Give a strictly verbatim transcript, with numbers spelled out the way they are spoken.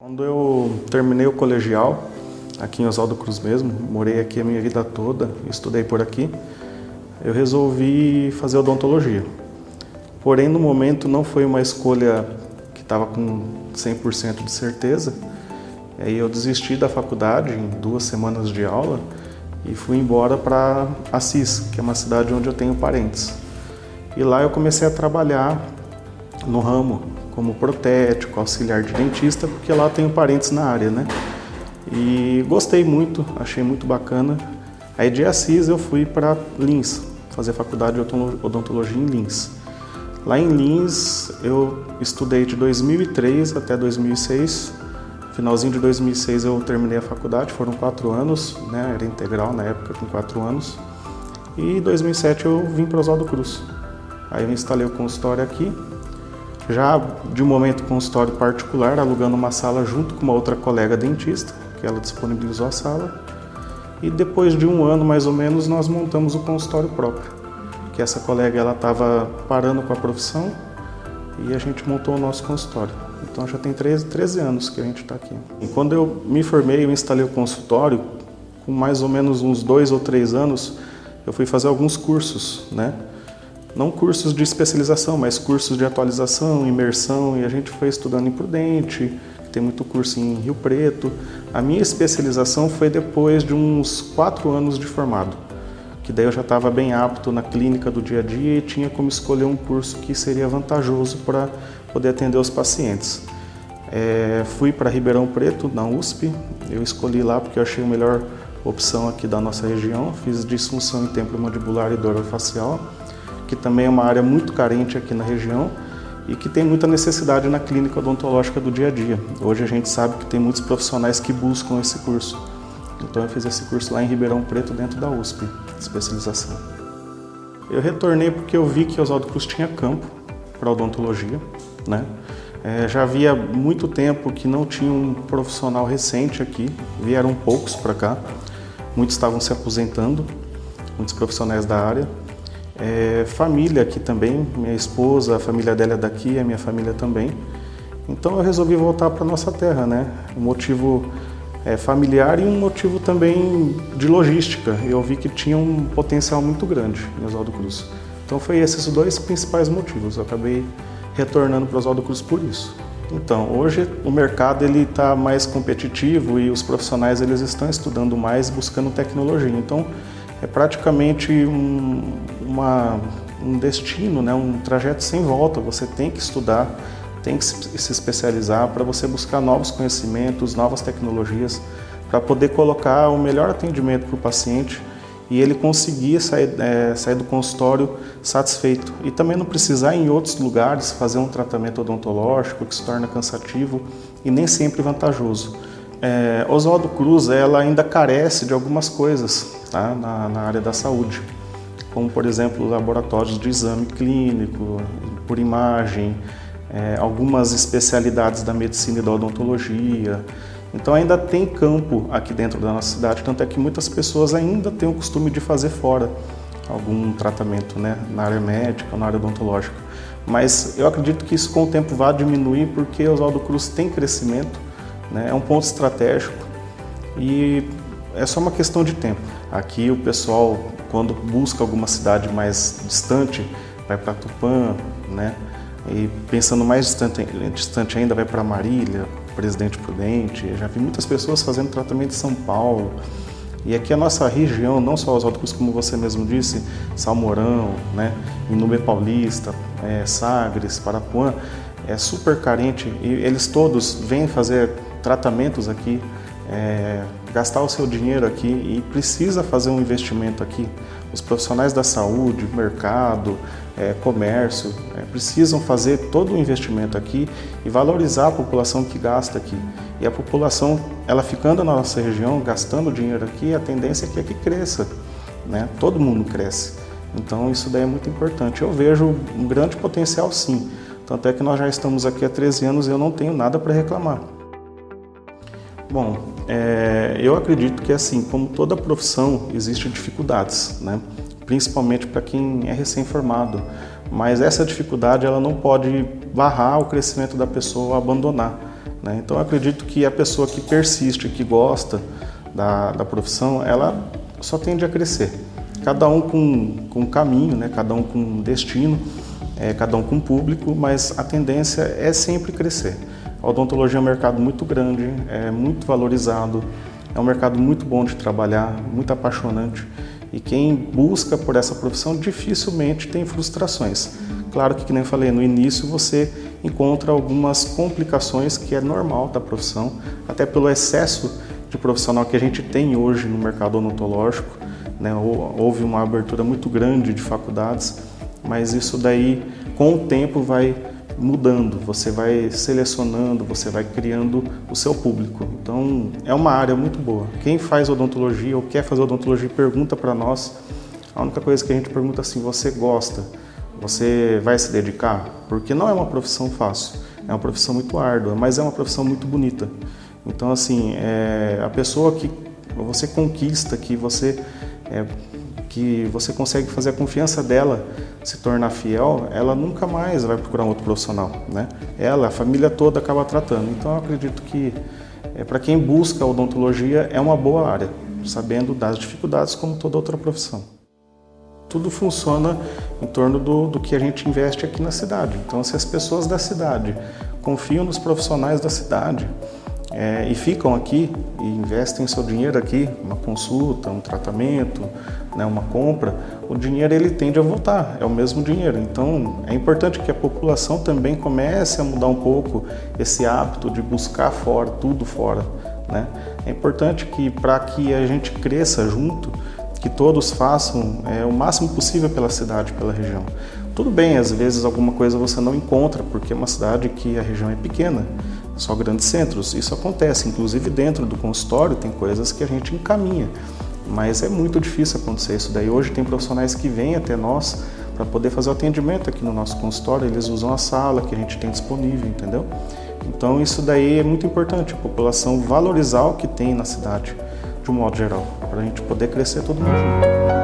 Quando eu terminei o colegial, aqui em Oswaldo Cruz mesmo, morei aqui a minha vida toda, estudei por aqui, eu resolvi fazer odontologia. Porém, no momento não foi uma escolha que estava com cem por cento de certeza. Aí eu desisti da faculdade em duas semanas de aula e fui embora para Assis, que é uma cidade onde eu tenho parentes. E lá eu comecei a trabalhar no ramo como protético, auxiliar de dentista, porque lá eu tenho parentes na área, né? E gostei muito, achei muito bacana. Aí de Assis eu fui para Lins, fazer faculdade de odontologia em Lins. Lá em Lins eu estudei de dois mil e três até dois mil e seis. Finalzinho de dois mil e seis eu terminei a faculdade, foram quatro anos, né? Era integral na época, com quatro anos. E em dois mil e sete eu vim para Oswaldo Cruz. Aí eu instalei o consultório aqui, já de momento consultório particular, alugando uma sala junto com uma outra colega dentista, que ela disponibilizou a sala. E depois de um ano mais ou menos nós montamos o consultório próprio, que essa colega ela estava parando com a profissão e a gente montou o nosso consultório. Então já tem treze, treze anos que a gente está aqui. E quando eu me formei, eu instalei o consultório, com mais ou menos uns dois ou três anos, eu fui fazer alguns cursos, né? Não cursos de especialização, mas cursos de atualização, imersão, e a gente foi estudando em Prudente, tem muito curso em Rio Preto. A minha especialização foi depois de uns quatro anos de formado, que daí eu já estava bem apto na clínica do dia a dia e tinha como escolher um curso que seria vantajoso para poder atender os pacientes. É, fui para Ribeirão Preto, na U S P, eu escolhi lá porque eu achei a melhor opção aqui da nossa região. Fiz disfunção em templo mandibular e dor orofacial, que também é uma área muito carente aqui na região e que tem muita necessidade na clínica odontológica do dia a dia. Hoje a gente sabe que tem muitos profissionais que buscam esse curso. Então eu fiz esse curso lá em Ribeirão Preto, dentro da U S P, especialização. Eu retornei porque eu vi que Oswaldo Cruz tinha campo para odontologia, né? É, já havia muito tempo que não tinha um profissional recente aqui, vieram poucos para cá, muitos estavam se aposentando, muitos profissionais da área. É, família aqui também, minha esposa, a família dela é daqui, a minha família também. Então eu resolvi voltar para nossa terra, né? Um motivo é, familiar e um motivo também de logística. Eu vi que tinha um potencial muito grande em Oswaldo Cruz. Então foi esses os dois principais motivos. Eu acabei retornando para Oswaldo Cruz por isso. Então hoje o mercado ele está mais competitivo e os profissionais eles estão estudando mais, buscando tecnologia. Então é praticamente um, uma, um destino, né? Um trajeto sem volta. Você tem que estudar, tem que se especializar para você buscar novos conhecimentos, novas tecnologias, para poder colocar o melhor atendimento para o paciente e ele conseguir sair, é, sair do consultório satisfeito. E também não precisar ir em outros lugares fazer um tratamento odontológico que se torna cansativo e nem sempre vantajoso. É, Oswaldo Cruz ela ainda carece de algumas coisas, tá? na, na área da saúde, como por exemplo laboratórios de exame clínico, por imagem, é, algumas especialidades da medicina e da odontologia. Então ainda tem campo aqui dentro da nossa cidade, tanto é que muitas pessoas ainda têm o costume de fazer fora algum tratamento, né, na área médica, na área odontológica. Mas eu acredito que isso com o tempo vai diminuir porque Oswaldo Cruz tem crescimento, né, é um ponto estratégico e é só uma questão de tempo. Aqui o pessoal, quando busca alguma cidade mais distante, vai para Tupã, né, e pensando mais distante, distante ainda, vai para Marília, Presidente Prudente. Já vi muitas pessoas fazendo tratamento em São Paulo. E aqui a nossa região, não só Oswaldo Cruz, como você mesmo disse, Salmourão, né, Inúbia Paulista, é, Sagres, Parapuã, é super carente e eles todos vêm fazer tratamentos aqui, é, gastar o seu dinheiro aqui e precisa fazer um investimento aqui. Os profissionais da saúde, mercado, é, comércio, é, precisam fazer todo o investimento aqui e valorizar a população que gasta aqui. E a população, ela ficando na nossa região, gastando dinheiro aqui, a tendência é que aqui cresça, né? Todo mundo cresce. Então isso daí é muito importante. Eu vejo um grande potencial sim. Tanto é que nós já estamos aqui há treze anos e eu não tenho nada para reclamar. Bom, é, eu acredito que assim, como toda profissão, existem dificuldades, né? Principalmente para quem é recém-formado. Mas essa dificuldade ela não pode barrar o crescimento da pessoa ou abandonar. né? Então eu acredito que a pessoa que persiste, que gosta da, da profissão, ela só tende a crescer. Cada um com, com um caminho, né? Cada um com um destino, é, cada um com um público, mas a tendência é sempre crescer. A odontologia é um mercado muito grande, é muito valorizado, é um mercado muito bom de trabalhar, muito apaixonante. E quem busca por essa profissão dificilmente tem frustrações. Claro que, como eu falei, no início você encontra algumas complicações que é normal da profissão, até pelo excesso de profissional que a gente tem hoje no mercado odontológico, né? Houve uma abertura muito grande de faculdades, mas isso daí com o tempo vai mudando, você vai selecionando, você vai criando o seu público. Então é uma área muito boa. Quem faz odontologia ou quer fazer odontologia pergunta para nós, a única coisa que a gente pergunta assim, você gosta? Você vai se dedicar? Porque não é uma profissão fácil, é uma profissão muito árdua, mas é uma profissão muito bonita. Então assim, é, a pessoa que você conquista, que você, é, que você consegue fazer a confiança dela se tornar fiel, ela nunca mais vai procurar um outro profissional, né? Ela, a família toda acaba tratando. Então eu acredito que é, para quem busca a odontologia é uma boa área, sabendo das dificuldades como toda outra profissão. Tudo funciona em torno do, do que a gente investe aqui na cidade. Então se as pessoas da cidade confiam nos profissionais da cidade, É, e ficam aqui e investem seu dinheiro aqui, uma consulta, um tratamento, né, uma compra, o dinheiro ele tende a voltar, é o mesmo dinheiro. Então é importante que a população também comece a mudar um pouco esse hábito de buscar fora, tudo fora, né? É importante que para que a gente cresça junto, que todos façam é, o máximo possível pela cidade, pela região. Tudo bem, às vezes alguma coisa você não encontra, porque é uma cidade que a região é pequena, só grandes centros. Isso acontece, inclusive dentro do consultório tem coisas que a gente encaminha, mas é muito difícil acontecer isso daí. Hoje tem profissionais que vêm até nós para poder fazer o atendimento aqui no nosso consultório, eles usam a sala que a gente tem disponível, entendeu? Então isso daí é muito importante, a população valorizar o que tem na cidade, de um modo geral, para a gente poder crescer todo mundo junto.